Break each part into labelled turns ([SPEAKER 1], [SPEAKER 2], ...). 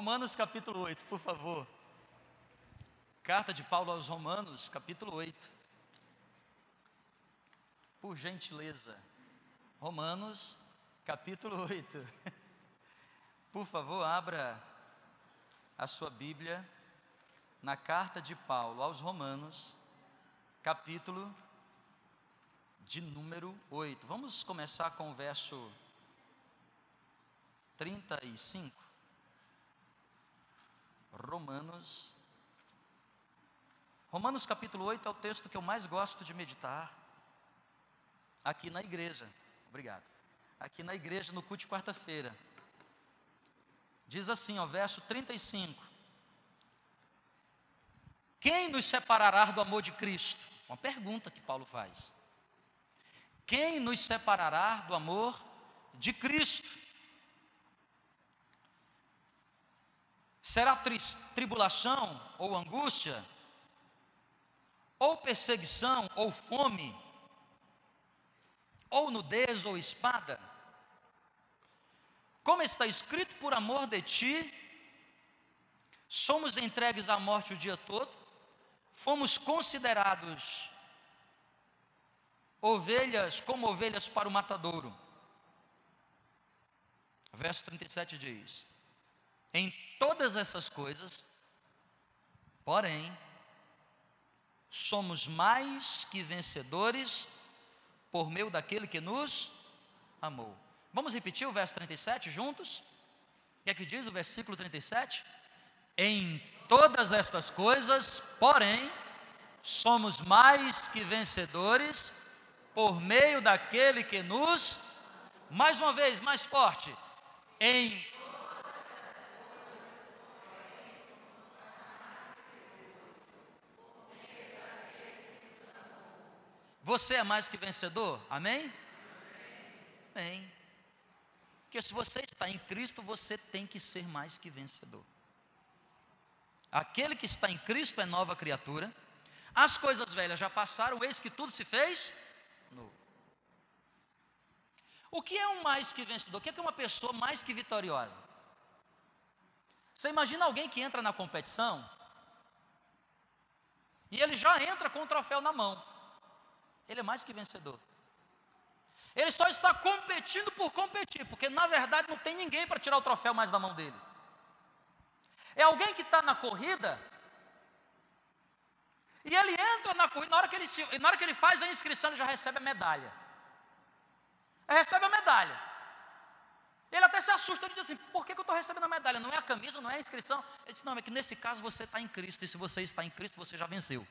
[SPEAKER 1] Romanos capítulo 8, por favor. Carta de Paulo aos Romanos, capítulo 8. Por gentileza. Romanos, capítulo 8. Por favor, abra a sua Bíblia na carta de Paulo aos Romanos, capítulo de número 8. Vamos começar com o verso 35. Romanos capítulo 8 é o texto que eu mais gosto de meditar aqui na igreja. Obrigado. Aqui na igreja, no culto de quarta-feira. Diz assim, ó, verso 35. Quem nos separará do amor de Cristo? Uma pergunta que Paulo faz. Quem nos separará do amor de Cristo? Será tribulação ou angústia? Ou perseguição ou fome? Ou nudez ou espada? Como está escrito, por amor de ti, somos entregues à morte o dia todo, fomos considerados como ovelhas para o matadouro. Verso 37 diz: em todas essas coisas, porém, somos mais que vencedores por meio daquele que nos amou. Vamos repetir o verso 37 juntos? O que é que diz o versículo 37? Em todas estas coisas, porém, somos mais que vencedores por meio daquele que nos... Mais uma vez, mais forte. Você é mais que vencedor? Amém? Amém. Porque se você está em Cristo, você tem que ser mais que vencedor. Aquele que está em Cristo é nova criatura. As coisas velhas já passaram, eis que tudo se fez novo. O que é um mais que vencedor? O que é uma pessoa mais que vitoriosa? Você imagina alguém que entra na competição e ele já entra com o troféu na mão. Ele é mais que vencedor. Ele só está competindo por competir, porque na verdade não tem ninguém para tirar o troféu mais da mão dele. É alguém que está na corrida, e ele entra na corrida, na hora que ele faz a inscrição, ele já recebe a medalha. Ele recebe a medalha. Ele até se assusta, ele diz assim: por que eu estou recebendo a medalha? Não é a camisa, não é a inscrição. Ele diz: não, é que nesse caso você está em Cristo, e se você está em Cristo, você já venceu.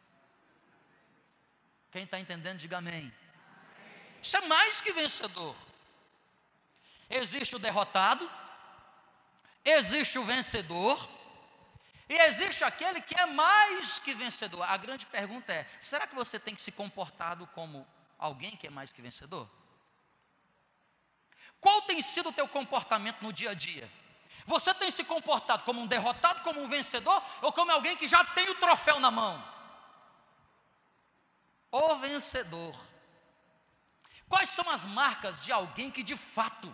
[SPEAKER 1] Quem está entendendo, diga amém. Isso é mais que vencedor. Existe o derrotado, existe o vencedor, e existe aquele que é mais que vencedor. A grande pergunta é: será que você tem que se comportado como alguém que é mais que vencedor? Qual tem sido o teu comportamento no dia a dia? Você tem se comportado como um derrotado, como um vencedor, ou como alguém que já tem o troféu na mão? O vencedor. Quais são as marcas de alguém que de fato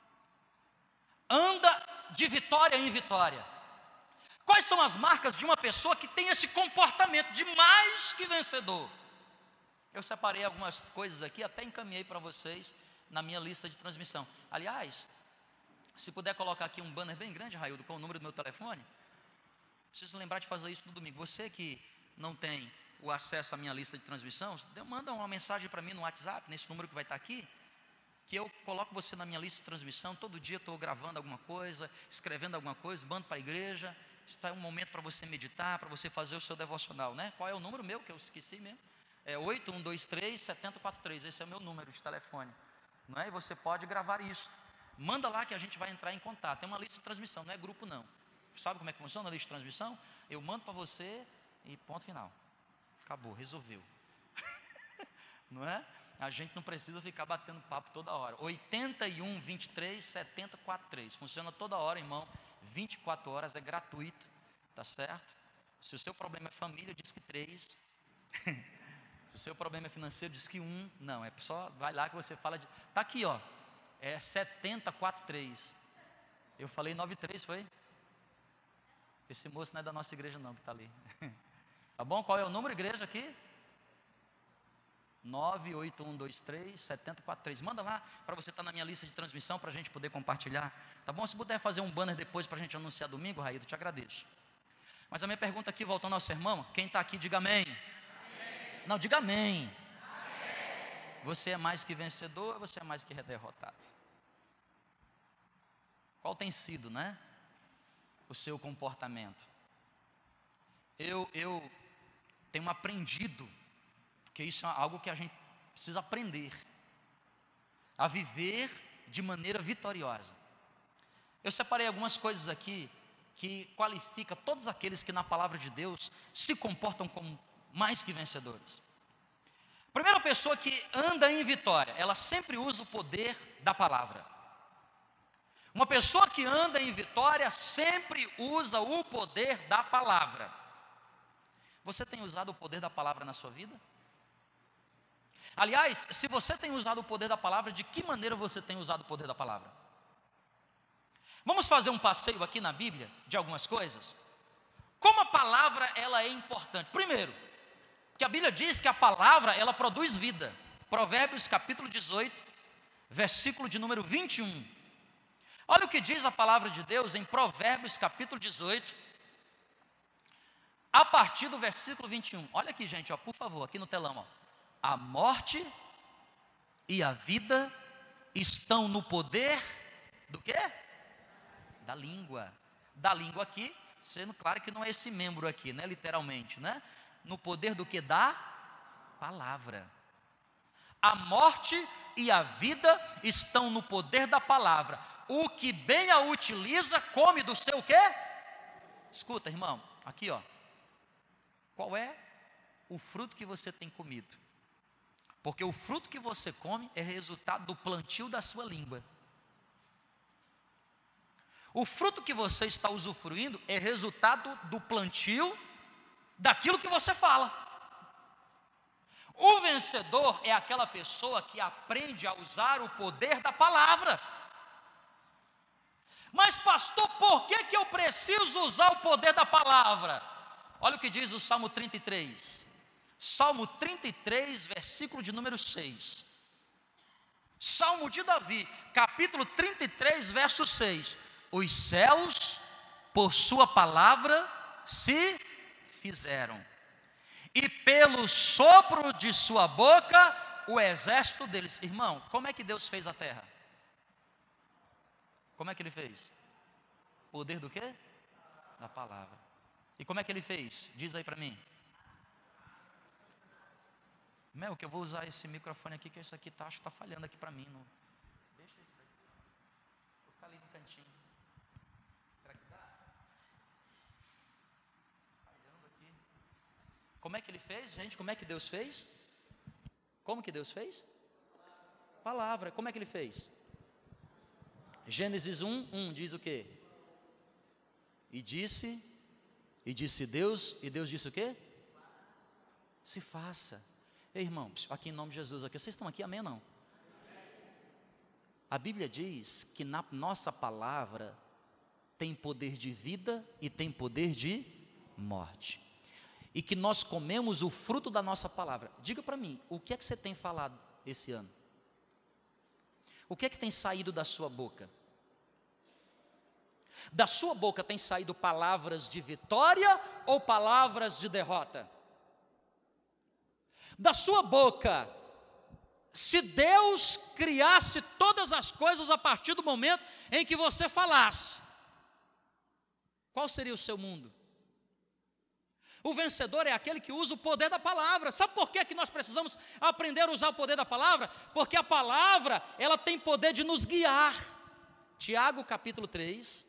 [SPEAKER 1] anda de vitória em vitória? Quais são as marcas de uma pessoa que tem esse comportamento de mais que vencedor? Eu separei algumas coisas aqui, até encaminhei para vocês na minha lista de transmissão. Aliás, se puder colocar aqui um banner bem grande, Raildo, com o número do meu telefone. Preciso lembrar de fazer isso no domingo. Você que não tem o acesso à minha lista de transmissão, manda uma mensagem para mim no WhatsApp, nesse número que vai estar aqui, que eu coloco você na minha lista de transmissão. Todo dia estou gravando alguma coisa, escrevendo alguma coisa, mando para a igreja. Está um momento para você meditar, para você fazer o seu devocional, né? Qual é o número meu, que eu esqueci mesmo? É 8123-7043, esse é o meu número de telefone, não é? E você pode gravar isso, manda lá que a gente vai entrar em contato. Tem uma lista de transmissão, não é grupo não. Sabe como é que funciona a lista de transmissão? Eu mando para você e ponto final. Acabou, resolveu. Não é? A gente não precisa ficar batendo papo toda hora. 8123-7043. Funciona toda hora, irmão. 24 horas, é gratuito. Tá certo? Se o seu problema é família, diz que 3. Se o seu problema é financeiro, diz que 1. Não, é só, vai lá que você fala de... Tá aqui, ó. É 7043. Eu falei 93, foi? Esse moço não é da nossa igreja não, que está ali. Tá bom? Qual é o número, igreja, aqui? 98123-7043. Manda lá, para você estar na minha lista de transmissão, para a gente poder compartilhar. Tá bom? Se puder fazer um banner depois, para a gente anunciar domingo, Raído, te agradeço. Mas a minha pergunta aqui, voltando ao sermão, quem está aqui, diga amém. Amém. Não, diga amém. Amém. Você é mais que vencedor ou você é mais que derrotado? Qual tem sido, né, o seu comportamento? Eu tenho aprendido, porque isso é algo que a gente precisa aprender, a viver de maneira vitoriosa. Eu separei algumas coisas aqui, que qualifica todos aqueles que na palavra de Deus se comportam como mais que vencedores. Primeira pessoa que anda em vitória, ela sempre usa o poder da palavra. Uma pessoa que anda em vitória sempre usa o poder da palavra. Você tem usado o poder da palavra na sua vida? Aliás, se você tem usado o poder da palavra, de que maneira você tem usado o poder da palavra? Vamos fazer um passeio aqui na Bíblia de algumas coisas. Como a palavra ela é importante? Primeiro, que a Bíblia diz que a palavra ela produz vida. Provérbios capítulo 18, versículo de número 21. Olha o que diz a palavra de Deus em Provérbios capítulo 18, a partir do versículo 21. Olha aqui, gente, ó, por favor, aqui no telão, ó. A morte e a vida estão no poder do quê? Da língua. Da língua aqui, sendo claro que não é esse membro aqui, né, literalmente, né? No poder do que? Da palavra. A morte e a vida estão no poder da palavra. O que bem a utiliza, come do seu quê? Escuta, irmão, aqui ó. Qual é o fruto que você tem comido? Porque o fruto que você come é resultado do plantio da sua língua. O fruto que você está usufruindo é resultado do plantio daquilo que você fala. O vencedor é aquela pessoa que aprende a usar o poder da palavra. Mas pastor, por que eu preciso usar o poder da palavra? Olha o que diz o Salmo 33. Salmo 33, versículo de número 6. Salmo de Davi, capítulo 33, verso 6. Os céus, por sua palavra, se fizeram, e pelo sopro de sua boca, o exército deles. Irmão, como é que Deus fez a terra? Como é que Ele fez? Poder do quê? Da palavra. E como é que Ele fez? Diz aí para mim. Mel, que eu vou usar esse microfone aqui, que isso aqui acho que está falhando aqui para mim. Não. Deixa isso aí. Vou ficar ali no cantinho. Será que dá? Falhando aqui. Como é que Ele fez, gente? Como é que Deus fez? Como que Deus fez? Palavra. Como é que Ele fez? Gênesis 1 diz o quê? E disse Deus, e Deus disse o quê? Se faça. Ei, irmãos, aqui em nome de Jesus, aqui, vocês estão aqui, amém ou não? A Bíblia diz que na nossa palavra tem poder de vida e tem poder de morte. E que nós comemos o fruto da nossa palavra. Diga para mim, o que é que você tem falado esse ano? O que é que tem saído da sua boca? Da sua boca tem saído palavras de vitória ou palavras de derrota? Da sua boca, se Deus criasse todas as coisas a partir do momento em que você falasse, qual seria o seu mundo? O vencedor é aquele que usa o poder da palavra. Sabe por que nós precisamos aprender a usar o poder da palavra? Porque a palavra, ela tem poder de nos guiar. Tiago capítulo 3,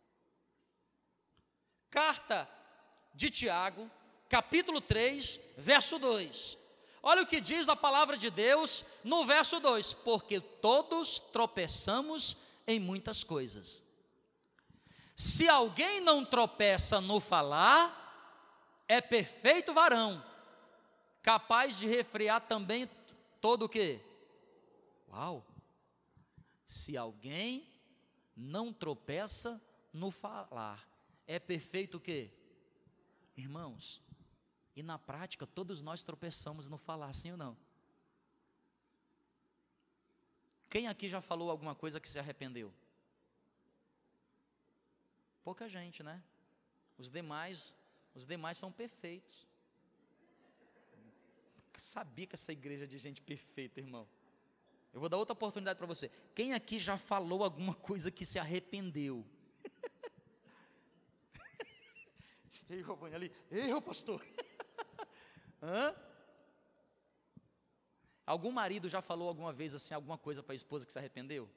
[SPEAKER 1] carta de Tiago, capítulo 3, verso 2. Olha o que diz a palavra de Deus no verso 2: porque todos tropeçamos em muitas coisas. Se alguém não tropeça no falar, é perfeito varão, capaz de refrear também todo o quê? Uau! Se alguém não tropeça no falar, é perfeito o quê? Irmãos, e na prática todos nós tropeçamos no falar, sim ou não? Quem aqui já falou alguma coisa que se arrependeu? Pouca gente, né? Os demais são perfeitos. Eu sabia que essa igreja é de gente perfeita, irmão. Eu vou dar outra oportunidade para você. Quem aqui já falou alguma coisa que se arrependeu? Ei, Giovanni ali. Ei, pastor. Hã? Algum marido já falou alguma vez assim, alguma coisa para a esposa que se arrependeu?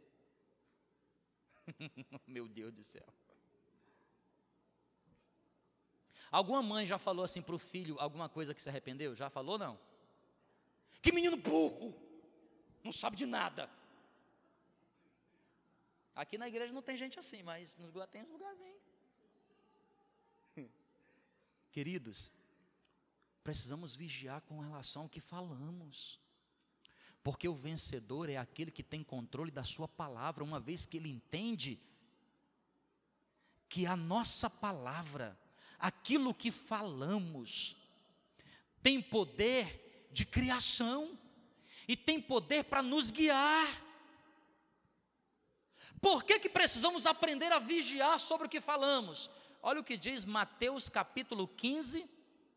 [SPEAKER 1] Meu Deus do céu. Alguma mãe já falou assim para o filho alguma coisa que se arrependeu? Já falou, não? Que menino burro, não sabe de nada. Aqui na igreja não tem gente assim, mas no lugar tem uns lugarzinhos. Queridos, precisamos vigiar com relação ao que falamos. Porque o vencedor é aquele que tem controle da sua palavra, uma vez que ele entende que a nossa palavra, aquilo que falamos, tem poder de criação e tem poder para nos guiar. Por que precisamos aprender a vigiar sobre o que falamos? Olha o que diz Mateus capítulo 15,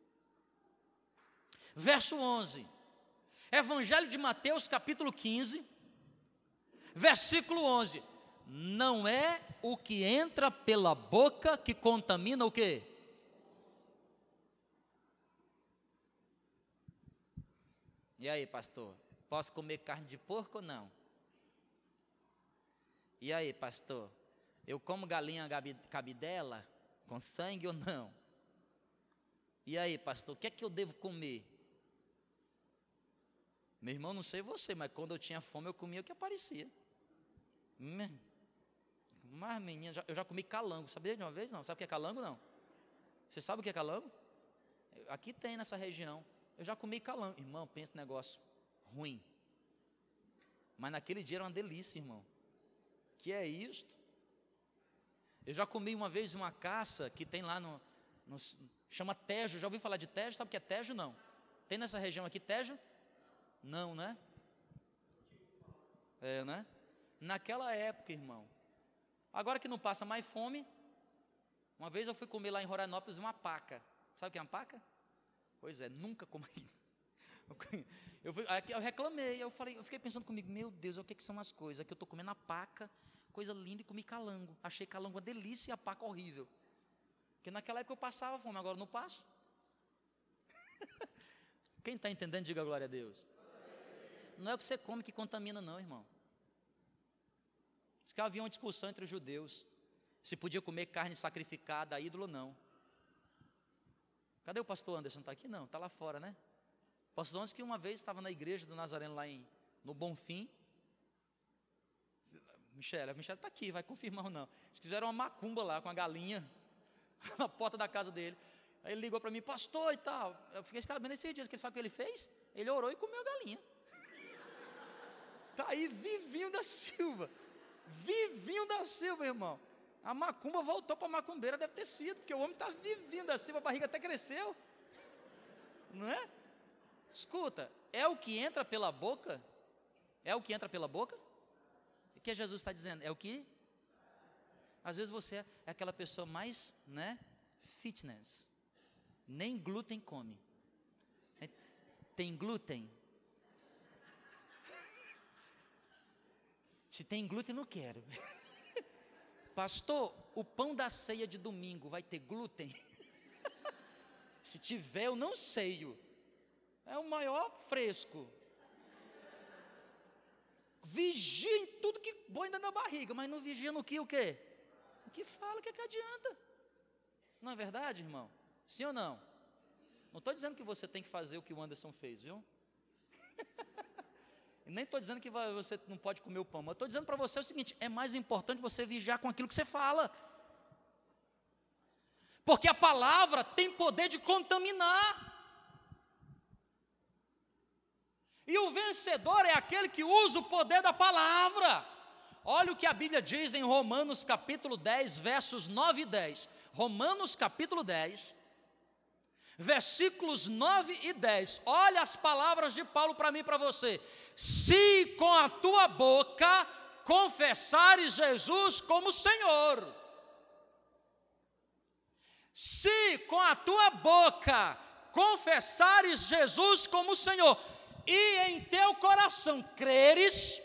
[SPEAKER 1] verso 11. Evangelho de Mateus capítulo 15, versículo 11. Não é o que entra pela boca que contamina o quê? E aí, pastor, posso comer carne de porco ou não? E aí, pastor, eu como galinha cabidela com sangue ou não? E aí, pastor, o que é que eu devo comer? Meu irmão, não sei você, mas quando eu tinha fome eu comia o que aparecia. Mas menina, eu já comi calango, sabia de uma vez? Não, sabe o que é calango? Não. Você sabe o que é calango? Aqui tem nessa região. Eu já comi calango. Irmão, pensa no negócio ruim. Mas naquele dia era uma delícia, irmão. Que é isto? Eu já comi uma vez uma caça que tem lá chama tejo. Já ouviu falar de tejo? Sabe o que é tejo? Não. Tem nessa região aqui tejo? Não, né? É, né? Naquela época, irmão. Agora que não passa mais fome. Uma vez eu fui comer lá em Roranópolis uma paca. Sabe o que é uma paca? Pois é, nunca comi. Eu reclamei, eu fiquei pensando comigo, meu Deus, o que são as coisas? Aqui eu estou comendo a paca, coisa linda, e comi calango. Achei calango uma delícia e a paca horrível. Porque naquela época eu passava fome, agora eu não passo. Quem está entendendo, diga glória a Deus. Não é o que você come que contamina não, irmão. Diz que havia uma discussão entre os judeus, se podia comer carne sacrificada a ídolo ou não. Cadê o pastor Anderson? Está aqui? Não, está lá fora, né? O pastor Anderson que uma vez estava na igreja do Nazareno lá no Bonfim. A Michele está aqui, vai confirmar ou não. Eles fizeram uma macumba lá com a galinha na porta da casa dele. Aí ele ligou para mim, pastor e tal. Eu fiquei sabendo esses dias, que ele sabe o que ele fez? Ele orou e comeu a galinha. Está aí Vivinho da Silva. Vivinho da Silva, irmão. A macumba voltou para a macumbeira, deve ter sido, porque o homem está vivinho da Silva, a barriga até cresceu. Não é? Escuta, é o que entra pela boca? É o que entra pela boca? O que Jesus está dizendo? É o que? Às vezes você é aquela pessoa mais, né, fitness. Nem glúten come. Tem glúten? Se tem glúten, não quero. Pastor, o pão da ceia de domingo vai ter glúten? Se tiver, eu não sei. É o maior fresco. Vigia em tudo que põe dentro da barriga, mas não vigia no que o quê? O que fala, o que adianta? Não é verdade, irmão? Sim ou não? Não estou dizendo que você tem que fazer o que o Anderson fez, viu? Nem estou dizendo que você não pode comer o pão, mas estou dizendo para você o seguinte, é mais importante você vigiar com aquilo que você fala. Porque a palavra tem poder de contaminar. E o vencedor é aquele que usa o poder da palavra. Olha o que a Bíblia diz em Romanos capítulo 10, versos 9 e 10. Romanos capítulo 10, versículos 9 e 10. Olha as palavras de Paulo para mim e para você. Se com a tua boca confessares Jesus como Senhor. Se com a tua boca confessares Jesus como Senhor, e em teu coração creres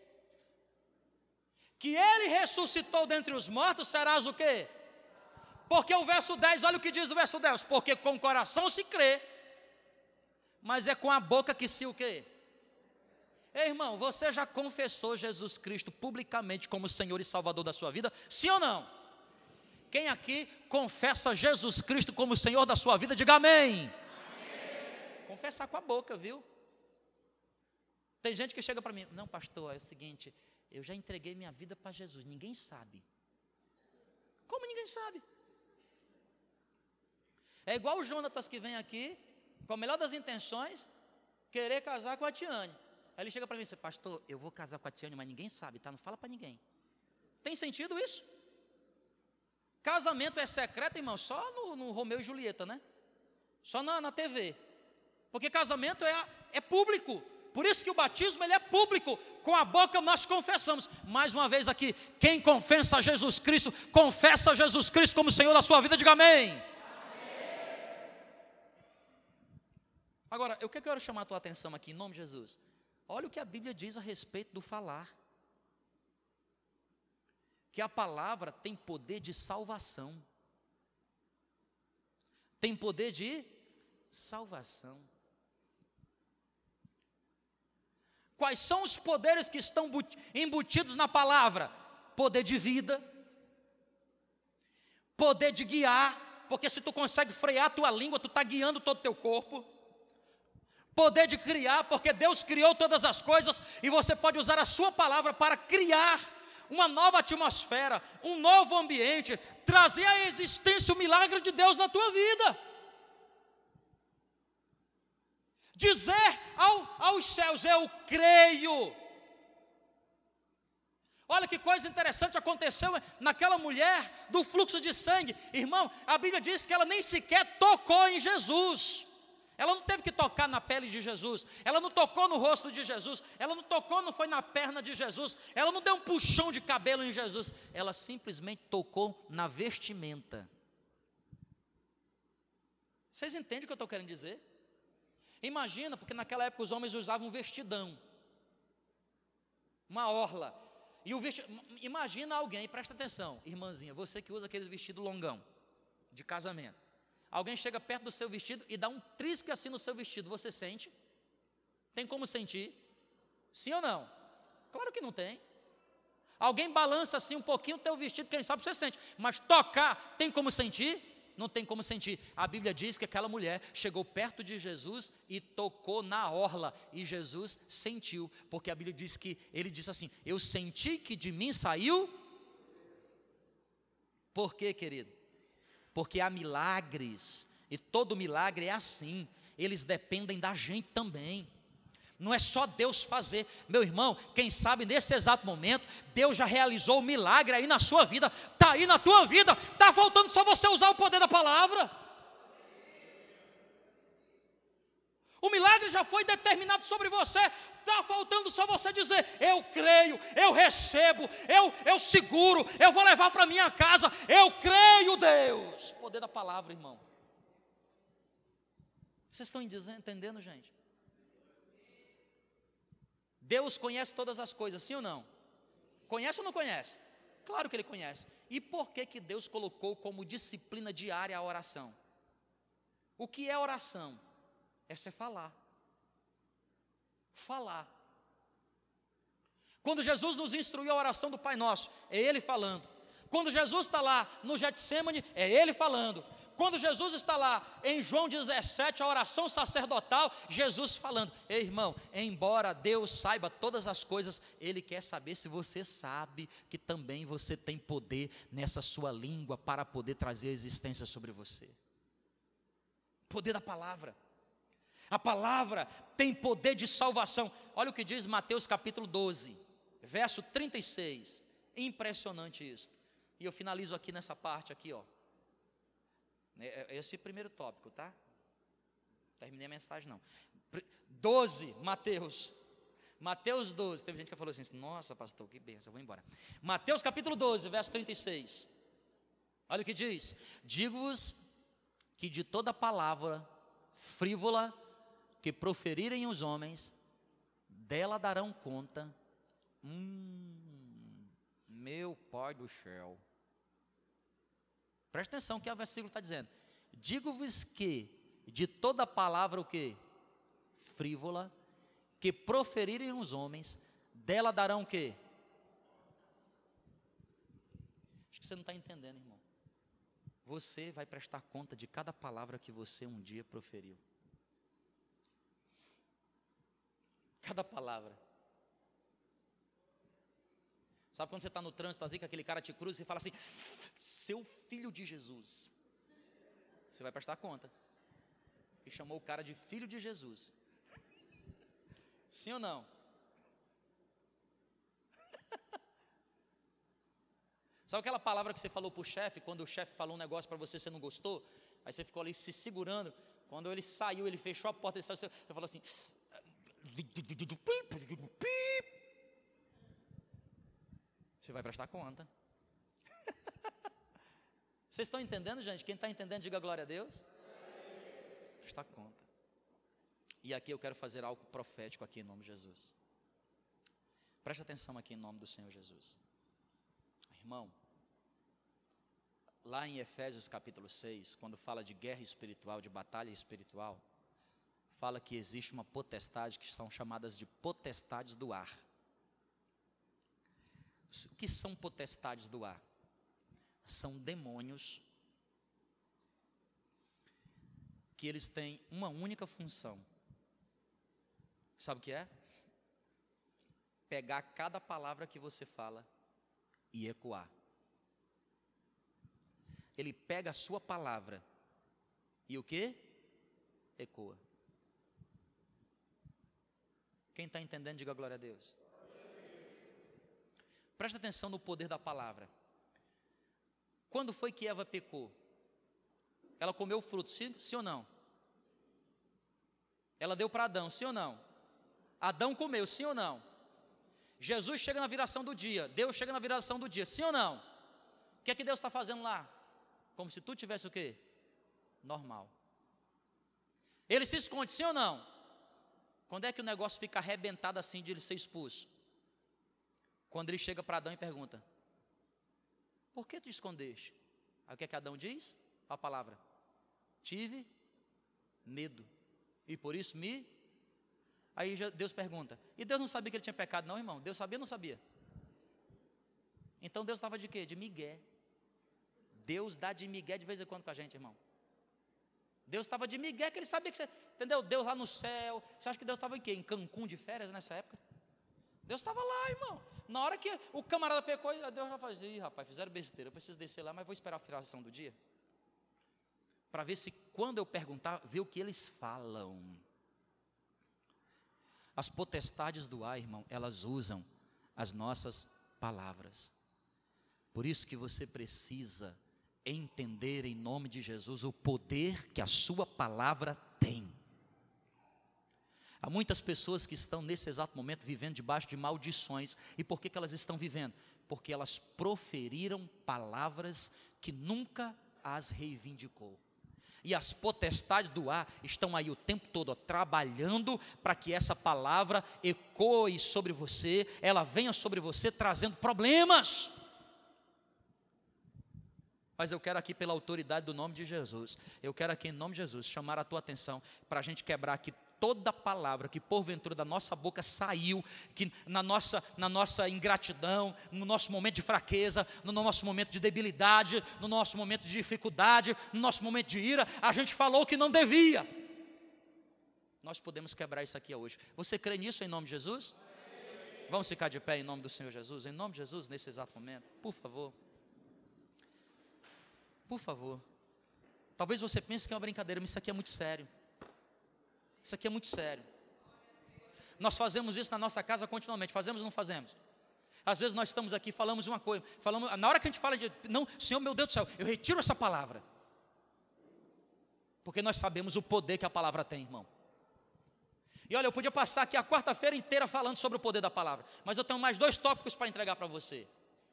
[SPEAKER 1] que Ele ressuscitou dentre os mortos, serás o quê? Porque o verso 10, olha o que diz o verso 10, porque com o coração se crê, mas é com a boca que se o quê? Ei, irmão, você já confessou Jesus Cristo publicamente como Senhor e Salvador da sua vida? Sim ou não? Quem aqui confessa Jesus Cristo como Senhor da sua vida, diga amém. Amém. Confessar com a boca, viu? Tem gente que chega para mim, não pastor, é o seguinte, eu já entreguei minha vida para Jesus, ninguém sabe. Como ninguém sabe? É igual o Jonatas que vem aqui, com a melhor das intenções, querer casar com a Tiane. Aí ele chega para mim e diz, pastor, eu vou casar com a Tiane, mas ninguém sabe, tá? Não fala para ninguém. Tem sentido isso? Casamento é secreto, irmão, só no Romeu e Julieta, né? Só na TV. Porque casamento é público. Por isso que o batismo ele é público. Com a boca nós confessamos. Mais uma vez aqui, quem confessa Jesus Cristo, confessa Jesus Cristo como Senhor da sua vida, diga amém. Amém. Agora, eu quero chamar a tua atenção aqui, em nome de Jesus. Olha o que a Bíblia diz a respeito do falar. Que a palavra tem poder de salvação. Tem poder de salvação. Quais são os poderes que estão embutidos na palavra? Poder de vida, poder de guiar, porque se tu consegue frear a tua língua, tu está guiando todo o teu corpo. Poder de criar, porque Deus criou todas as coisas e você pode usar a sua palavra para criar uma nova atmosfera, um novo ambiente, trazer à existência o milagre de Deus na tua vida. Dizer aos céus, eu creio. Olha que coisa interessante aconteceu naquela mulher do fluxo de sangue. Irmão, a Bíblia diz que ela nem sequer tocou em Jesus. Ela não teve que tocar na pele de Jesus, ela não tocou no rosto de Jesus, ela não tocou, não foi na perna de Jesus, ela não deu um puxão de cabelo em Jesus, ela simplesmente tocou na vestimenta. Vocês entendem o que eu estou querendo dizer? Imagina, porque naquela época os homens usavam um vestidão, uma orla, e imagina alguém, presta atenção, irmãzinha, você que usa aqueles vestidos longão, de casamento. Alguém chega perto do seu vestido e dá um trisque assim no seu vestido, você sente? Tem como sentir? Sim ou não? Claro que não tem. Alguém balança assim um pouquinho o teu vestido, quem sabe você sente, mas tocar, tem como sentir? Não tem como sentir. A Bíblia diz que aquela mulher chegou perto de Jesus e tocou na orla, e Jesus sentiu, porque a Bíblia diz que ele disse assim, eu senti que de mim saiu. Por quê, querido? Porque há milagres, e todo milagre é assim, eles dependem da gente também. Não é só Deus fazer, meu irmão, quem sabe nesse exato momento, Deus já realizou o milagre aí na sua vida, está aí na tua vida, está faltando só você usar o poder da palavra. O milagre já foi determinado sobre você, está faltando só você dizer, eu creio, eu recebo, eu seguro, eu vou levar para minha casa, eu creio, Deus. Poder da palavra, irmão. Vocês estão entendendo, gente? Deus conhece todas as coisas, sim ou não? Conhece ou não conhece? Claro que Ele conhece. E por que Deus colocou como disciplina diária a oração? O que é oração? É você falar. Falar. Quando Jesus nos instruiu a oração do Pai Nosso, é Ele falando. Quando Jesus está lá no Getsêmani, é Ele falando. Quando Jesus está lá em João 17, a oração sacerdotal, Jesus falando. Ei, irmão, embora Deus saiba todas as coisas, Ele quer saber se você sabe que também você tem poder nessa sua língua para poder trazer a existência sobre você. Poder da palavra. A palavra tem poder de salvação. Olha o que diz Mateus capítulo 12, verso 36. Impressionante isso. E eu finalizo aqui nessa parte aqui, ó. Esse é o primeiro tópico, tá? Terminei a mensagem, não. 12, Mateus 12. Teve gente que falou assim: nossa, pastor, que bênção, eu vou embora. Mateus capítulo 12, verso 36. Olha o que diz: digo-vos que de toda palavra frívola que proferirem os homens, dela darão conta. Meu Pai do céu. Presta atenção que o versículo está dizendo: digo-vos que de toda palavra o que? Frívola que proferirem os homens, dela darão o quê? Acho que você não está entendendo, irmão. Você vai prestar conta de cada palavra que você um dia proferiu. Cada palavra. Sabe quando você está no trânsito, assim, que aquele cara te cruza e fala assim: seu filho de Jesus. Você vai prestar conta. E chamou o cara de filho de Jesus. Sim ou não? Sabe aquela palavra que você falou para o chefe, quando o chefe falou um negócio para você, você não gostou? Aí você ficou ali se segurando. Quando ele saiu, ele fechou a porta, você falou assim: você vai prestar conta. Vocês estão entendendo, gente? Quem está entendendo, diga glória a Deus. Prestar conta. E aqui eu quero fazer algo profético aqui em nome de Jesus. Preste atenção aqui em nome do Senhor Jesus. Irmão, lá em Efésios capítulo 6, quando fala de guerra espiritual, de batalha espiritual, fala que existe uma potestade que são chamadas de potestades do ar. O que são potestades do ar? São demônios que eles têm uma única função. Sabe o que é? Pegar cada palavra que você fala e ecoar. Ele pega a sua palavra e o que? Ecoa. Quem está entendendo, diga glória a Deus. Presta atenção no poder da palavra. Quando foi que Eva pecou? Ela comeu o fruto, sim ou não? Ela deu para Adão, sim ou não? Adão comeu, sim ou não? Jesus chega na viração do dia, Deus chega na viração do dia, sim ou não? O que é que Deus está fazendo lá? Como se tu tivesse o quê? Normal. Ele se esconde, sim ou não? Quando é que o negócio fica arrebentado assim de ele ser expulso? Quando ele chega para Adão e pergunta: por que tu escondeste? Aí o que é que Adão diz? A palavra: tive medo, e por isso me... Aí Deus pergunta: e Deus não sabia que ele tinha pecado não, irmão? Deus sabia ou não sabia? Então Deus estava de quê? De migué. Deus dá de migué de vez em quando com a gente, irmão. Deus estava de migué, que ele sabia que você... Entendeu? Deus lá no céu. Você acha que Deus estava em quê? Em Cancún de férias nessa época? Deus estava lá, irmão. Na hora que o camarada pecou, Deus já fazia: ih, rapaz, fizeram besteira, eu preciso descer lá, mas vou esperar a finalização do dia, para ver se quando eu perguntar, ver o que eles falam. As potestades do ar, irmão, elas usam as nossas palavras. Por isso que você precisa entender em nome de Jesus o poder que a sua palavra tem. Há muitas pessoas que estão nesse exato momento vivendo debaixo de maldições. E por que elas estão vivendo? Porque elas proferiram palavras que nunca as reivindicou. E as potestades do ar estão aí o tempo todo trabalhando para que essa palavra ecoe sobre você, ela venha sobre você trazendo problemas. Mas eu quero aqui, pela autoridade do nome de Jesus, eu quero aqui em nome de Jesus chamar a tua atenção para a gente quebrar aqui toda palavra que porventura da nossa boca saiu, que na nossa ingratidão, no nosso momento de fraqueza, no nosso momento de debilidade, no nosso momento de dificuldade, no nosso momento de ira, a gente falou que não devia. Nós podemos quebrar isso aqui hoje. Você crê nisso em nome de Jesus? Vamos ficar de pé em nome do Senhor Jesus, em nome de Jesus, nesse exato momento, por favor. Por favor. Talvez você pense que é uma brincadeira, mas isso aqui é muito sério. Isso aqui é muito sério. Nós fazemos isso na nossa casa continuamente. Fazemos ou não fazemos? Às vezes nós estamos aqui, falamos uma coisa, na hora que a gente fala de, não, Senhor, meu Deus do céu, eu retiro essa palavra. Porque nós sabemos o poder que a palavra tem, irmão. E olha, eu podia passar aqui a quarta-feira inteira falando sobre o poder da palavra, mas eu tenho mais 2 tópicos para entregar para você.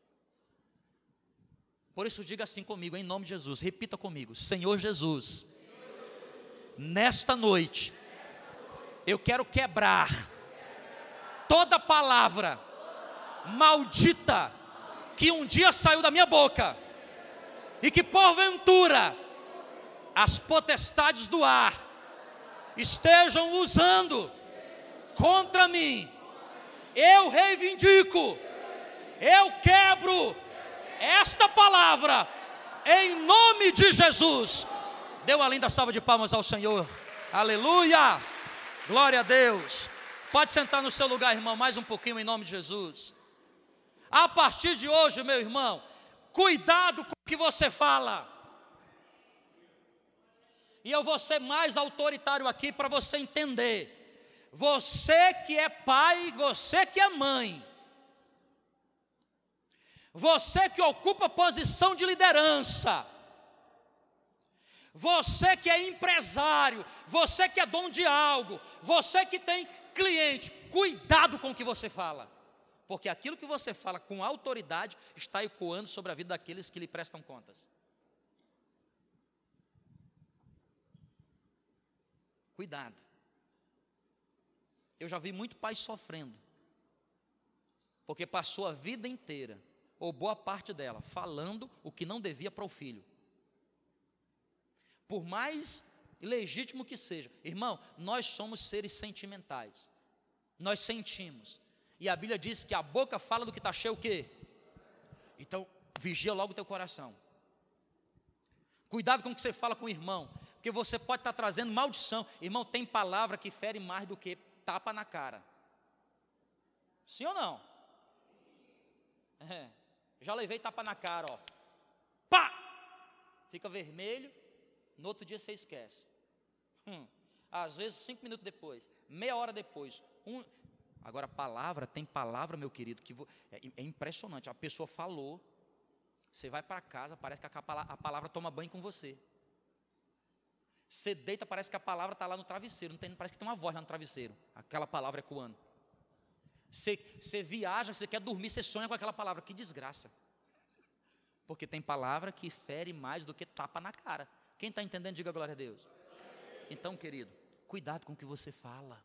[SPEAKER 1] Por isso diga assim comigo, em nome de Jesus, repita comigo: Senhor Jesus, nesta noite, eu quero quebrar toda palavra maldita que um dia saiu da minha boca e que porventura as potestades do ar estejam usando contra mim. Eu reivindico, eu quebro esta palavra em nome de Jesus. Dê uma linda salva de palmas ao Senhor. Aleluia, glória a Deus. Pode sentar no seu lugar, irmão, mais um pouquinho em nome de Jesus. A partir de hoje, meu irmão, cuidado com o que você fala. E eu vou ser mais autoritário aqui para você entender. Você que é pai, você que é mãe, você que ocupa posição de liderança, você que é empresário, você que é dono de algo, você que tem cliente, cuidado com o que você fala, porque aquilo que você fala com autoridade está ecoando sobre a vida daqueles que lhe prestam contas. Cuidado. Eu já vi muito pai sofrendo, porque passou a vida inteira, ou boa parte dela, falando o que não devia para o filho. Por mais legítimo que seja, irmão, nós somos seres sentimentais, nós sentimos, e a Bíblia diz que a boca fala do que está cheio o quê? Então, vigia logo o teu coração. Cuidado com o que você fala com o irmão, porque você pode estar trazendo maldição. Irmão, tem palavra que fere mais do que tapa na cara. Sim ou não? Já levei tapa na cara, ó. Pá! Fica vermelho, no outro dia você esquece. Às vezes 5 minutos depois, meia hora depois. Agora palavra, tem palavra, meu querido, que é impressionante. A pessoa falou, você vai para casa, parece que a palavra toma banho com você. Você deita, parece que a palavra está lá no travesseiro, parece que tem uma voz lá no travesseiro, aquela palavra ecoando. Você viaja, você quer dormir, você sonha com aquela palavra, que desgraça. Porque tem palavra que fere mais do que tapa na cara. Quem está entendendo, diga glória a Deus. Então, querido, cuidado com o que você fala.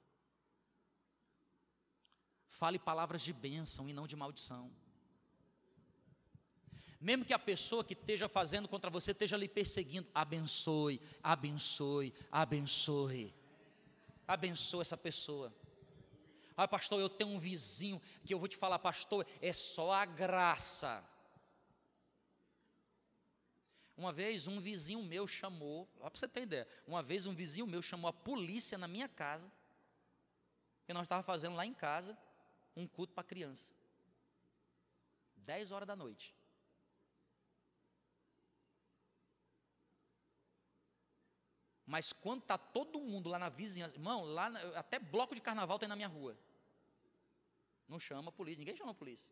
[SPEAKER 1] Fale palavras de bênção e não de maldição. Mesmo que a pessoa que esteja fazendo contra você esteja lhe perseguindo, abençoe, abençoe, abençoe. Abençoe essa pessoa. Ah, pastor, eu tenho um vizinho que eu vou te falar, pastor, é só a graça. Uma vez um vizinho meu chamou, para você ter ideia, uma vez um vizinho meu chamou a polícia na minha casa, e nós estávamos fazendo lá em casa um culto para criança. 10 horas da noite. Mas quando está todo mundo lá na vizinhança, irmão, lá até bloco de carnaval tem na minha rua. Não chama a polícia, ninguém chama a polícia.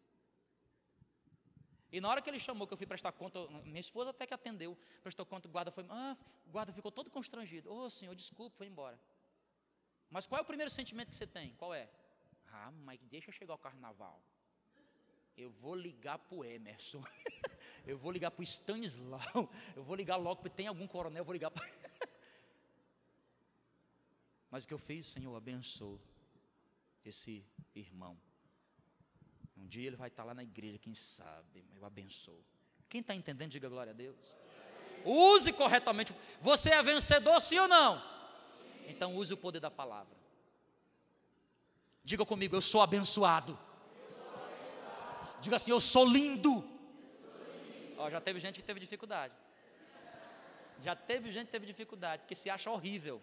[SPEAKER 1] E na hora que ele chamou, que eu fui prestar conta, minha esposa até que atendeu, prestou conta, o guarda foi, o guarda ficou todo constrangido. Senhor, desculpa, foi embora. Mas qual é o primeiro sentimento que você tem? Qual é? Mas deixa chegar o carnaval. Eu vou ligar para o Emerson, eu vou ligar para o Stanislau, eu vou ligar logo, porque tem algum coronel, eu vou ligar para... Mas o que eu fiz, Senhor, abençoe esse irmão. Um dia ele vai estar lá na igreja, quem sabe, eu abençoo. Quem está entendendo, diga glória a Deus. Use corretamente. Você é vencedor, sim ou não? Sim. Então use o poder da palavra. Diga comigo, eu sou abençoado. Diga assim, eu sou lindo. Já teve gente que teve dificuldade. Já teve gente que teve dificuldade, porque se acha horrível.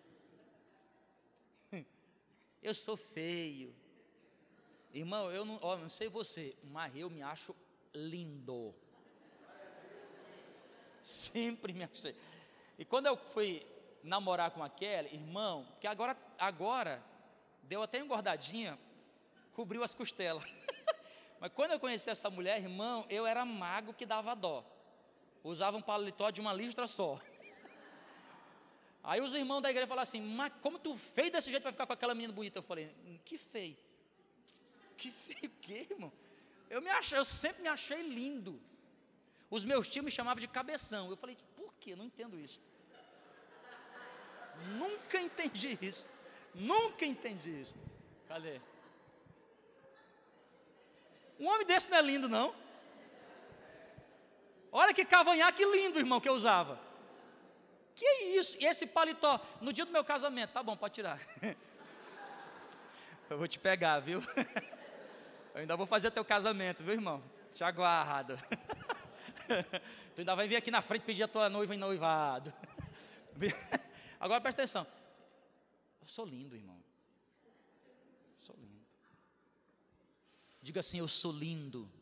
[SPEAKER 1] Eu sou feio. Irmão, eu não sei você, mas eu me acho lindo. Sempre me achei. E quando eu fui namorar com a Kelly, irmão, que agora deu até engordadinha, cobriu as costelas. Mas quando eu conheci essa mulher, irmão, eu era magro que dava dó. Usava um paletó de uma listra só. Aí os irmãos da igreja falaram assim, mas como tu feio desse jeito vai ficar com aquela menina bonita? Eu falei, que feio? Que feio o quê, irmão? Eu sempre me achei lindo. Os meus tios me chamavam de cabeção. Eu falei, por quê? Não entendo isso. Nunca entendi isso. Nunca entendi isso. Cadê? Um homem desse não é lindo, não. Olha que cavanhaque lindo, irmão, que eu usava. Que isso? E esse paletó, no dia do meu casamento, tá bom, pode tirar. Eu vou te pegar, viu? Eu ainda vou fazer teu casamento, viu, irmão? Te aguardo. Tu ainda vai vir aqui na frente pedir a tua noiva em noivado. Agora presta atenção. Eu sou lindo, irmão. Sou lindo. Diga assim, eu sou lindo.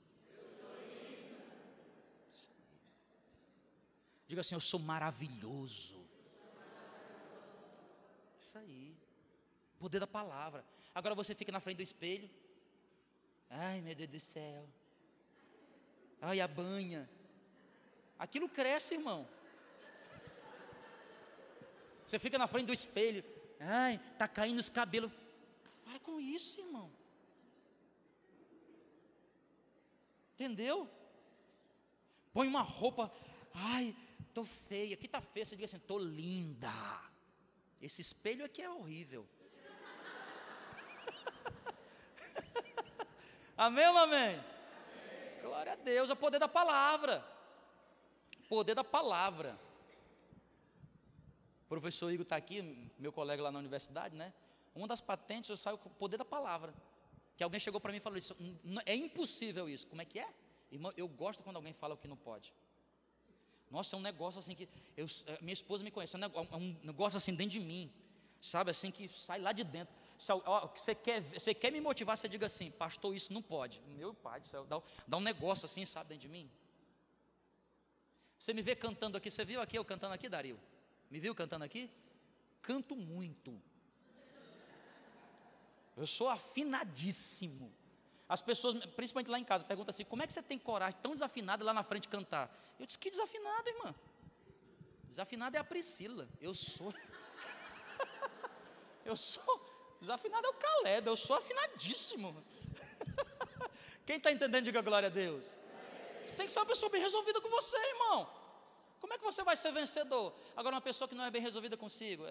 [SPEAKER 1] Diga assim, eu sou maravilhoso. Isso aí. Poder da palavra. Agora você fica na frente do espelho. Ai, meu Deus do céu. Ai, a banha. Aquilo cresce, irmão. Você fica na frente do espelho. Ai, tá caindo os cabelos. Para com isso, irmão. Entendeu? Põe uma roupa. Ai, tô feia. Aqui tá feia. Você diga assim, tô linda. Esse espelho aqui é horrível. Amém ou não amém? Amém? Glória a Deus, é o poder da palavra. Poder da palavra. O professor Igor está aqui, meu colega lá na universidade, né? Uma das patentes eu saio com o poder da palavra. Que alguém chegou para mim e falou isso, é impossível isso. Como é que é? Irmão, eu gosto quando alguém fala o que não pode. Nossa, é um negócio assim que minha esposa me conhece, é um negócio assim dentro de mim, sabe, assim que sai lá de dentro. Você quer me motivar, você diga assim, pastor, isso não pode. Meu pai do céu, dá um negócio assim, sabe, dentro de mim. Você me vê cantando aqui, você viu aqui eu cantando aqui, Dario? Me viu cantando aqui? Canto muito. Eu sou afinadíssimo. As pessoas, principalmente lá em casa, perguntam assim, como é que você tem coragem tão desafinada lá na frente cantar? Eu disse, que desafinado, irmã? Desafinada é a Priscila, eu sou desafinado é o Caleb, eu sou afinadíssimo. Quem está entendendo, diga glória a Deus. Você tem que ser uma pessoa bem resolvida com você, irmão. Como é que você vai ser vencedor? Agora uma pessoa que não é bem resolvida consigo,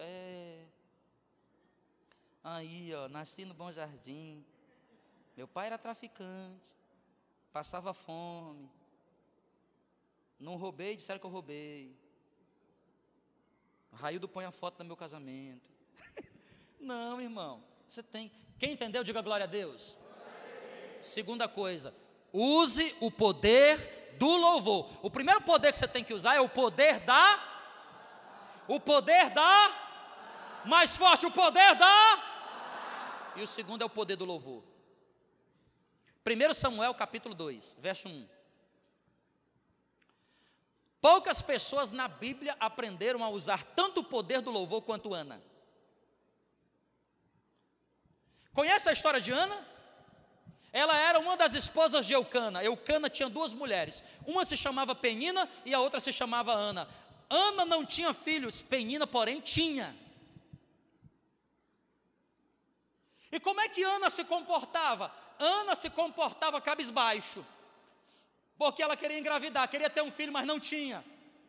[SPEAKER 1] aí ó, nasci no Bom Jardim, meu pai era traficante, passava fome, não roubei, disseram que eu roubei, Raildo põe a foto do meu casamento. Não, irmão, você tem. Quem entendeu, diga glória a Deus. Segunda coisa, use o poder do louvor. O primeiro poder que você tem que usar é o poder mais forte, o poder e o segundo é o poder do louvor. 1 Samuel capítulo 2, verso 1. Poucas pessoas na Bíblia aprenderam a usar tanto o poder do louvor quanto Ana. Conhece a história de Ana? Ela era uma das esposas de Eucana. Eucana tinha duas mulheres. Uma se chamava Penina e a outra se chamava Ana. Ana não tinha filhos, Penina, porém, tinha. E como é que Ana se comportava? Ana se comportava cabisbaixo. Porque ela queria engravidar, queria ter um filho, mas não tinha.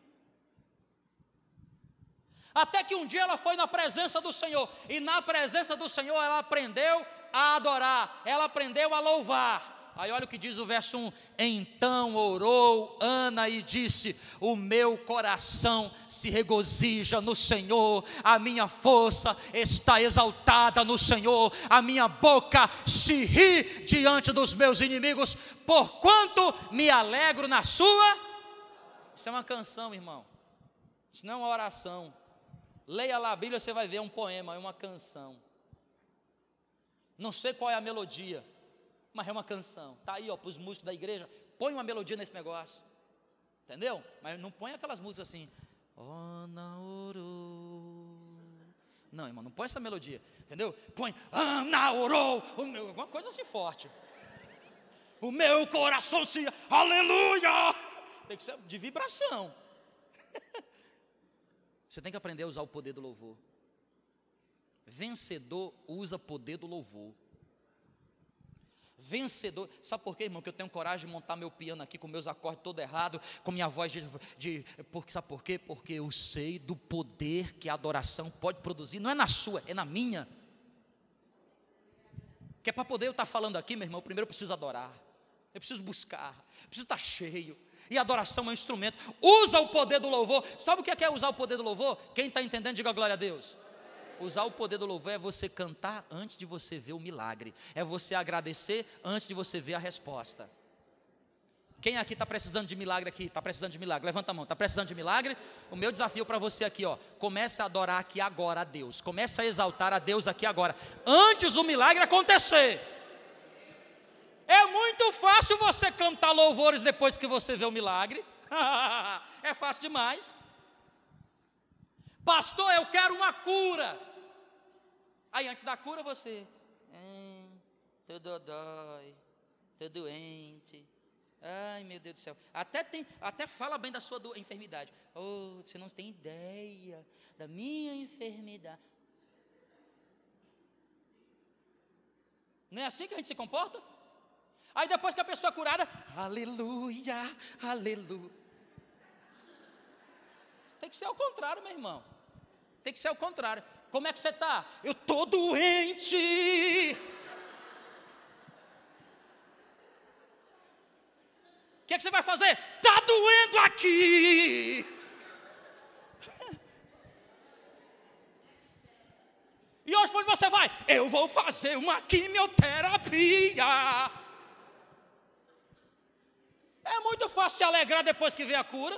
[SPEAKER 1] Até que um dia ela foi na presença do Senhor, e na presença do Senhor ela aprendeu a adorar, ela aprendeu a louvar. Aí olha o que diz o verso 1: então orou Ana e disse: o meu coração se regozija no Senhor, a minha força está exaltada no Senhor, a minha boca se ri diante dos meus inimigos, porquanto me alegro na sua. Isso é uma canção, irmão, isso não é uma oração. Leia lá a Bíblia, você vai ver, é um poema, é uma canção. Não sei qual é a melodia, mas é uma canção. Está aí, para os músicos da igreja, põe uma melodia nesse negócio. Entendeu? Mas não põe aquelas músicas assim. Ana orou. Não, irmão, não põe essa melodia. Entendeu? Põe Ana orou. Alguma coisa assim forte. O meu coração se... Aleluia! Tem que ser de vibração. Você tem que aprender a usar o poder do louvor. Vencedor usa poder do louvor. Vencedor, sabe por quê, irmão? Que eu tenho coragem de montar meu piano aqui com meus acordes todo errado, com minha voz sabe por quê? Porque eu sei do poder que a adoração pode produzir. Não é na sua, é na minha. Que é para poder eu estar falando aqui, meu irmão, primeiro eu preciso adorar, eu preciso buscar, eu preciso estar cheio. E a adoração é um instrumento. Usa o poder do louvor. Sabe o que é usar o poder do louvor? Quem está entendendo, diga glória a Deus. Usar o poder do louvor é você cantar antes de você ver o milagre. É você agradecer antes de você ver a resposta. Quem aqui está precisando de milagre aqui? Está precisando de milagre? Levanta a mão. Está precisando de milagre? O meu desafio para você aqui, ó. Comece a adorar aqui agora a Deus. Comece a exaltar a Deus aqui agora. Antes do milagre acontecer. É muito fácil você cantar louvores depois que você vê o milagre. É fácil demais. Pastor, eu quero uma cura. Aí antes da cura você, tudo dói, tô doente. Ai, meu Deus do céu. Até fala bem da sua enfermidade. Oh, você não tem ideia da minha enfermidade. Não é assim que a gente se comporta? Aí depois que a pessoa é curada, aleluia, aleluia. Tem que ser ao contrário, meu irmão. Tem que ser ao contrário. Como é que você está? Eu estou doente. O que você vai fazer? Está doendo aqui. E hoje, para onde você vai? Eu vou fazer uma quimioterapia. É muito fácil se alegrar depois que vê a cura.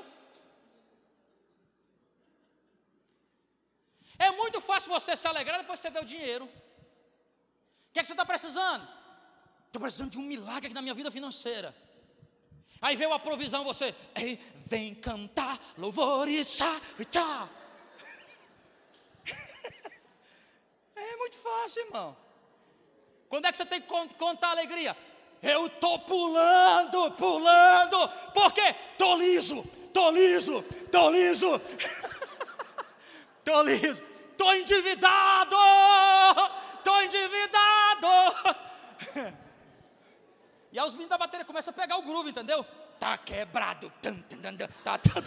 [SPEAKER 1] É muito fácil você se alegrar depois que você vê o dinheiro. O que é que você está precisando? Estou precisando de um milagre aqui na minha vida financeira. Aí veio a provisão, você vem cantar louvores, tchau. É muito fácil, irmão. Quando é que você tem que contar a alegria? Eu estou pulando, por quê? Estou liso, estou endividado. E aí os meninos da bateria começam a pegar o groove, entendeu? Tá quebrado, tá todo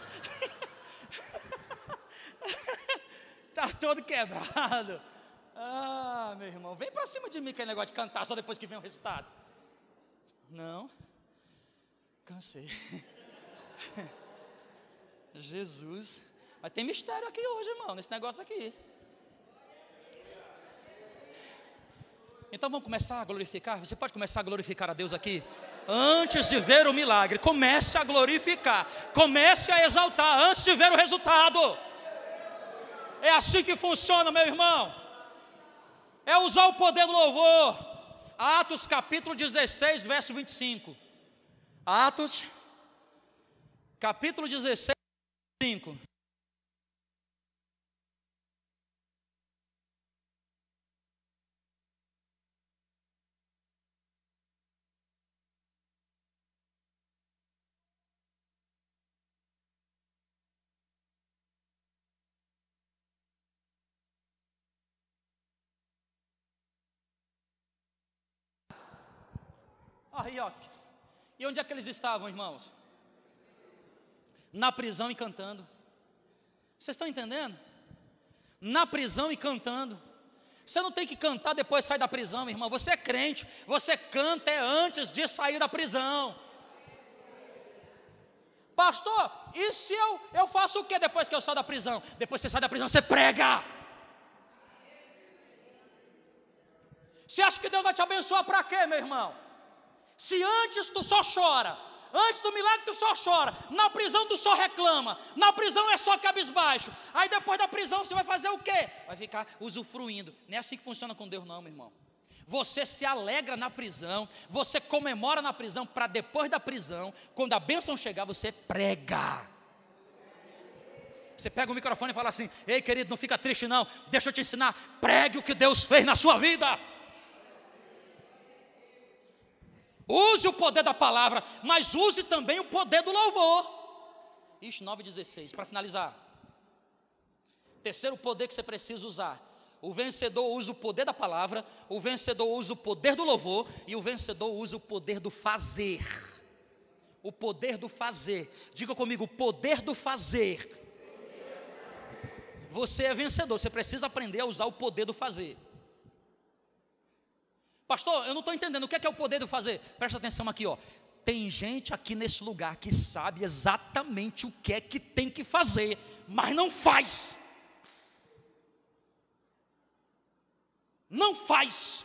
[SPEAKER 1] tá todo quebrado. Ah, meu irmão, vem pra cima de mim que é negócio de cantar só depois que vem o resultado. Não, cansei. Jesus, mas tem mistério aqui hoje, irmão, nesse negócio aqui. Então vamos começar a glorificar. Você pode começar a glorificar a Deus aqui? Antes de ver o milagre, comece a glorificar, comece a exaltar antes de ver o resultado. É assim que funciona, meu irmão. É usar o poder do louvor. Atos capítulo 16, verso 25. Atos capítulo 16, 25. Aí, ó. E onde é que eles estavam, irmãos? Na prisão e cantando. Vocês estão entendendo? Na prisão e cantando. Você não tem que cantar depois de sair da prisão, irmão. Você é crente, você canta antes de sair da prisão. Pastor, e se eu faço o que depois que eu saio da prisão? Depois que você sai da prisão, você prega. Você acha que Deus vai te abençoar para quê, meu irmão? Se antes tu só chora, antes do milagre tu só chora, na prisão tu só reclama, na prisão é só cabisbaixo, aí depois da prisão você vai fazer o quê? Vai ficar usufruindo. Não é assim que funciona com Deus não, meu irmão. Você se alegra na prisão, você comemora na prisão, para depois da prisão, quando a bênção chegar, você prega. Você pega o microfone e fala assim: ei querido, não fica triste não, deixa eu te ensinar, pregue o que Deus fez na sua vida. Use o poder da palavra, mas use também o poder do louvor. Ixi, 9:16, para finalizar. Terceiro poder que você precisa usar. O vencedor usa o poder da palavra, o vencedor usa o poder do louvor e o vencedor usa o poder do fazer. O poder do fazer. Diga comigo, o poder do fazer. Você é vencedor, você precisa aprender a usar o poder do fazer. Pastor, eu não estou entendendo, o que é o poder do fazer? Presta atenção aqui, ó. Tem gente aqui nesse lugar que sabe exatamente o que é que tem que fazer, mas não faz. Não faz.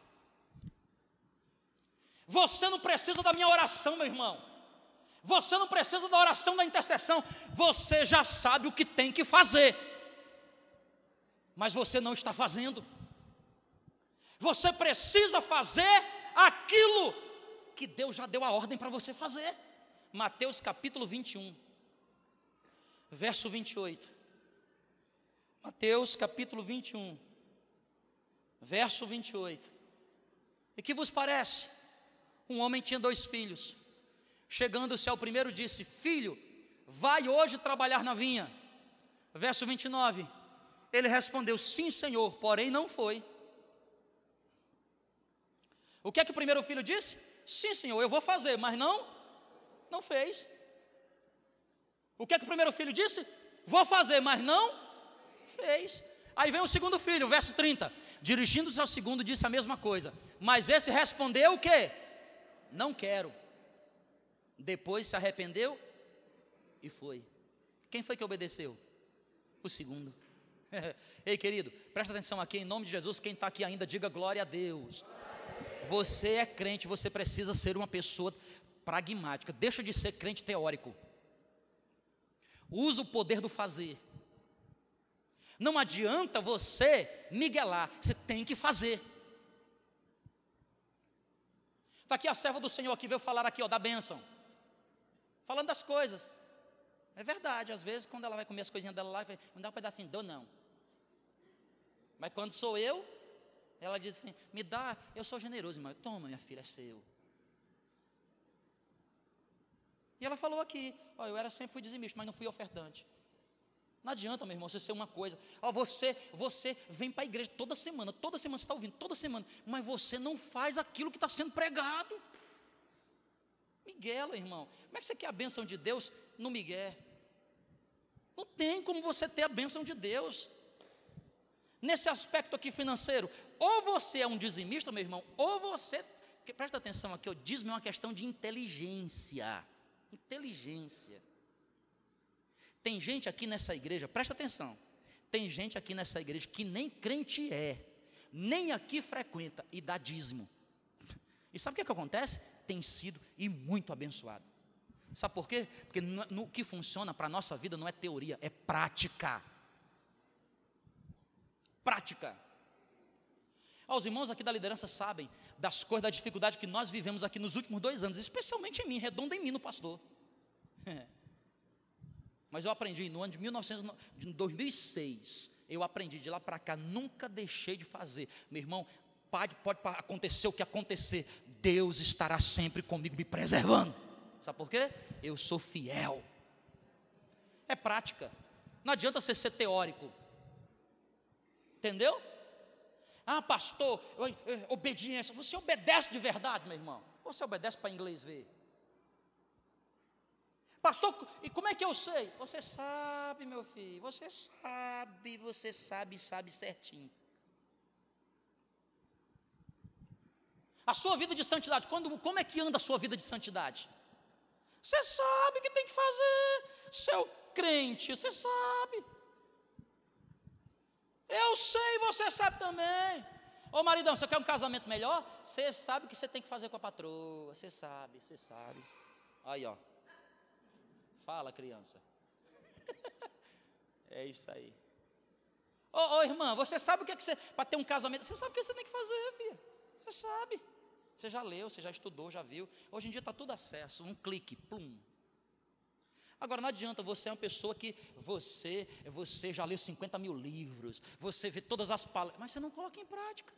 [SPEAKER 1] Você não precisa da minha oração, meu irmão. Você não precisa da oração da intercessão. Você já sabe o que tem que fazer, mas você não está fazendo. Você precisa fazer aquilo que Deus já deu a ordem para você fazer. Mateus capítulo 21, verso 28. Mateus capítulo 21, verso 28. E que vos parece? Um homem tinha 2 filhos. Chegando-se ao primeiro, disse: filho, vai hoje trabalhar na vinha. Verso 29. Ele respondeu: sim, senhor, porém não foi. O que é que o primeiro filho disse? Sim, senhor, eu vou fazer, mas não fez. O que é que o primeiro filho disse? Vou fazer, mas não fez. Aí vem o segundo filho, verso 30. Dirigindo-se ao segundo, disse a mesma coisa, mas esse respondeu o quê? Não quero. Depois se arrependeu e foi. Quem foi que obedeceu? O segundo. Ei, querido, presta atenção aqui, em nome de Jesus. Quem está aqui ainda, diga glória a Deus. Você é crente, você precisa ser uma pessoa pragmática. Deixa de ser crente teórico. Usa o poder do fazer. Não adianta você miguelar, você tem que fazer. Está aqui a serva do Senhor que veio falar aqui, ó, da bênção. Falando das coisas. É verdade, às vezes quando ela vai comer as coisinhas dela lá, me dá um pedacinho, dou não. Mas quando sou eu, ela diz assim, me dá, eu sou generoso, irmão. Toma, minha filha, é seu. E ela falou aqui, ó, eu sempre fui dizimista, mas não fui ofertante. Não adianta, meu irmão, você ser uma coisa. Ó, você vem para a igreja toda semana você está ouvindo, toda semana, mas você não faz aquilo que está sendo pregado. Miguela, irmão. Como é que você quer a bênção de Deus no Miguel? Não tem como você ter a bênção de Deus. Nesse aspecto aqui financeiro, ou você é um dizimista, meu irmão, ou você, presta atenção aqui, o dízimo é uma questão de inteligência. Inteligência. Tem gente aqui nessa igreja, presta atenção, tem gente aqui nessa igreja que nem crente é, nem aqui frequenta e dá dízimo. E sabe o que acontece? Tem sido e muito abençoado. Sabe por quê? Porque no que funciona para a nossa vida não é teoria, é prática. Prática. Os irmãos aqui da liderança sabem das coisas, da dificuldade que nós vivemos aqui nos últimos 2 anos, especialmente em mim, redonda em mim, no pastor. Mas eu aprendi no ano de 2006, eu aprendi de lá para cá, nunca deixei de fazer. Meu irmão, pode acontecer o que acontecer, Deus estará sempre comigo, me preservando. Sabe por quê? Eu sou fiel. É prática. Não adianta você ser teórico. Entendeu? Ah, pastor, obediência. Você obedece de verdade, meu irmão? Ou você obedece para inglês ver? Pastor, e como é que eu sei? Você sabe, meu filho, você sabe certinho. A sua vida de santidade, como é que anda a sua vida de santidade? Você sabe o que tem que fazer, seu crente, você sabe. Eu sei, você sabe também. Ô maridão, você quer um casamento melhor? Você sabe o que você tem que fazer com a patroa, você sabe. Aí, ó. Fala, criança. É isso aí. Ô irmã, você sabe o que é que você, para ter um casamento, você sabe o que você tem que fazer, filha. Você sabe. Você já leu, você já estudou, já viu. Hoje em dia está tudo acesso, um clique, plum. Agora não adianta, você é uma pessoa que você já leu 50 mil livros, você vê todas as palavras, mas você não coloca em prática.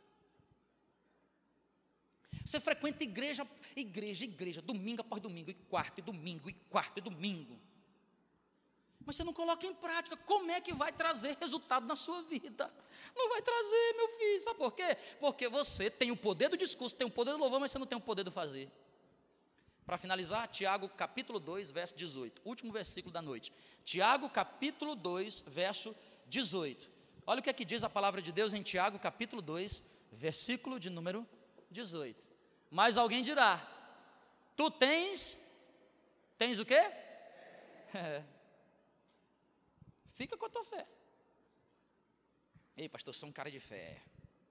[SPEAKER 1] Você frequenta igreja, domingo após domingo, e quarto, e domingo. mas você não coloca em prática. Como é que vai trazer resultado na sua vida? Não vai trazer, meu filho. Sabe por quê? Porque você tem o poder do discurso, tem o poder do louvor, mas você não tem o poder do fazer. Para finalizar, Tiago capítulo 2, verso 18. Último versículo da noite. Tiago capítulo 2, verso 18. Olha o que é que diz a palavra de Deus em Tiago capítulo 2, versículo de número 18. Mas alguém dirá, tu tens o quê? Fica com a tua fé. Ei, pastor, sou um cara de fé.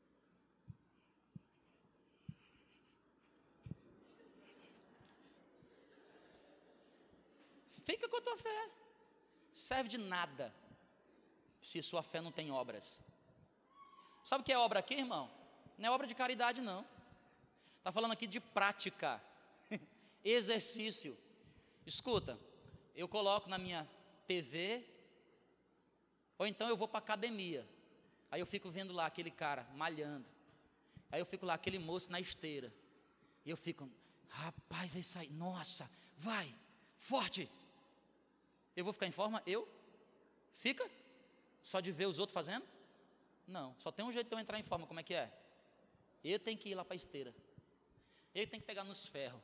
[SPEAKER 1] Fica com a tua fé. Serve de nada se sua fé não tem obras. Sabe o que é obra aqui, irmão? Não é obra de caridade, não. Está falando aqui de prática, exercício. Escuta, eu coloco na minha TV, ou então eu vou para a academia. Aí eu fico vendo lá aquele cara malhando. Aí eu fico lá, aquele moço na esteira. E eu fico, rapaz, é isso aí. Nossa, vai, forte. Eu vou ficar em forma? Eu? Fica? Só de ver os outros fazendo? Não, só tem um jeito de eu entrar em forma. Como é que é? Eu tenho que ir lá para a esteira. Eu tenho que pegar nos ferros.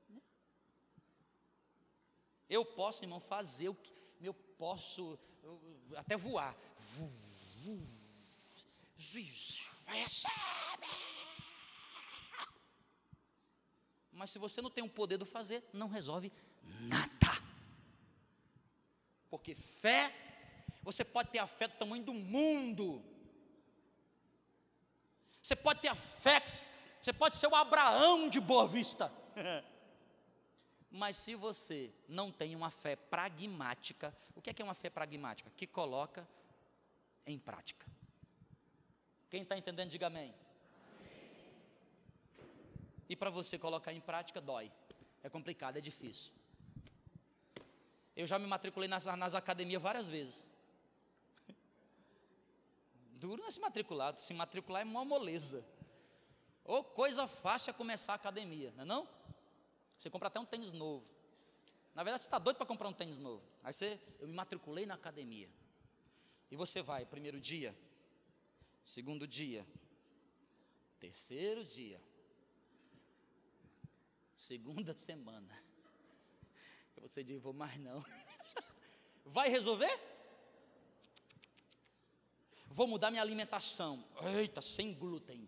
[SPEAKER 1] Eu posso, irmão, fazer o que... Eu posso até voar. Mas se você não tem o poder do fazer, não resolve nada. Porque fé, você pode ter a fé do tamanho do mundo. Você pode ter a fé, você pode ser o Abraão de Boa Vista. Mas se você não tem uma fé pragmática, o que é uma fé pragmática? Que coloca em prática. Quem está entendendo, diga amém. E para você colocar em prática, dói. É complicado, é difícil. Eu já me matriculei nas academias várias vezes. Duro não é se matricular. Se matricular é uma moleza. Ou coisa fácil é começar a academia, não é não? Você compra até um tênis novo. Na verdade, você está doido para comprar um tênis novo. Aí eu me matriculei na academia. E você vai, primeiro dia, segundo dia, terceiro dia, segunda semana. Você diz, vou mais não. Vai resolver? Vou mudar minha alimentação. Eita, sem glúten.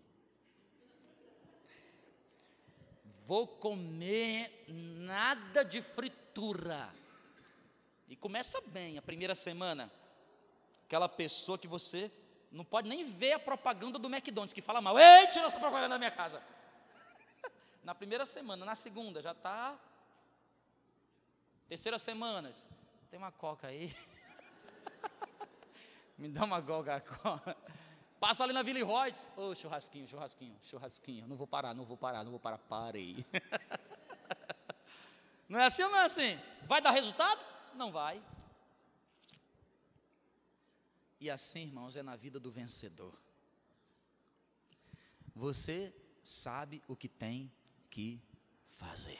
[SPEAKER 1] Vou comer nada de fritura. E começa bem a primeira semana. Aquela pessoa que você não pode nem ver a propaganda do McDonald's, que fala mal. Ei, tira essa propaganda da minha casa. Na primeira semana, na segunda já está. Terceira semana, tem uma coca aí. Me dá uma Coca-Cola. Passa ali na Vila Rhodes. Ô, churrasquinho. Não vou parar. Parei. Não é assim ou não é assim? Vai dar resultado? Não vai. E assim, irmãos, é na vida do vencedor. Você sabe o que tem que fazer.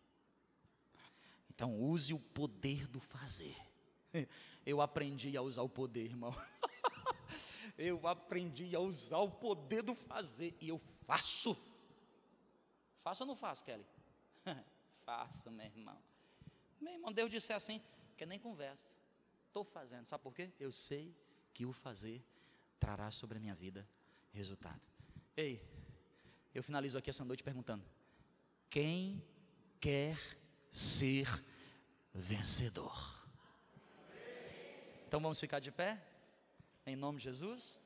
[SPEAKER 1] Então use o poder do fazer. Eu aprendi a usar o poder, irmão. Eu aprendi a usar o poder do fazer. E eu faço. Faço ou não faço, Kelly? Faço, meu irmão. Meu irmão, Deus disse assim, que nem conversa. Estou fazendo, sabe por quê? Eu sei que o fazer trará sobre a minha vida resultado. Ei, eu finalizo aqui essa noite perguntando: quem quer ser vencedor? Então vamos ficar de pé? Em nome de Jesus.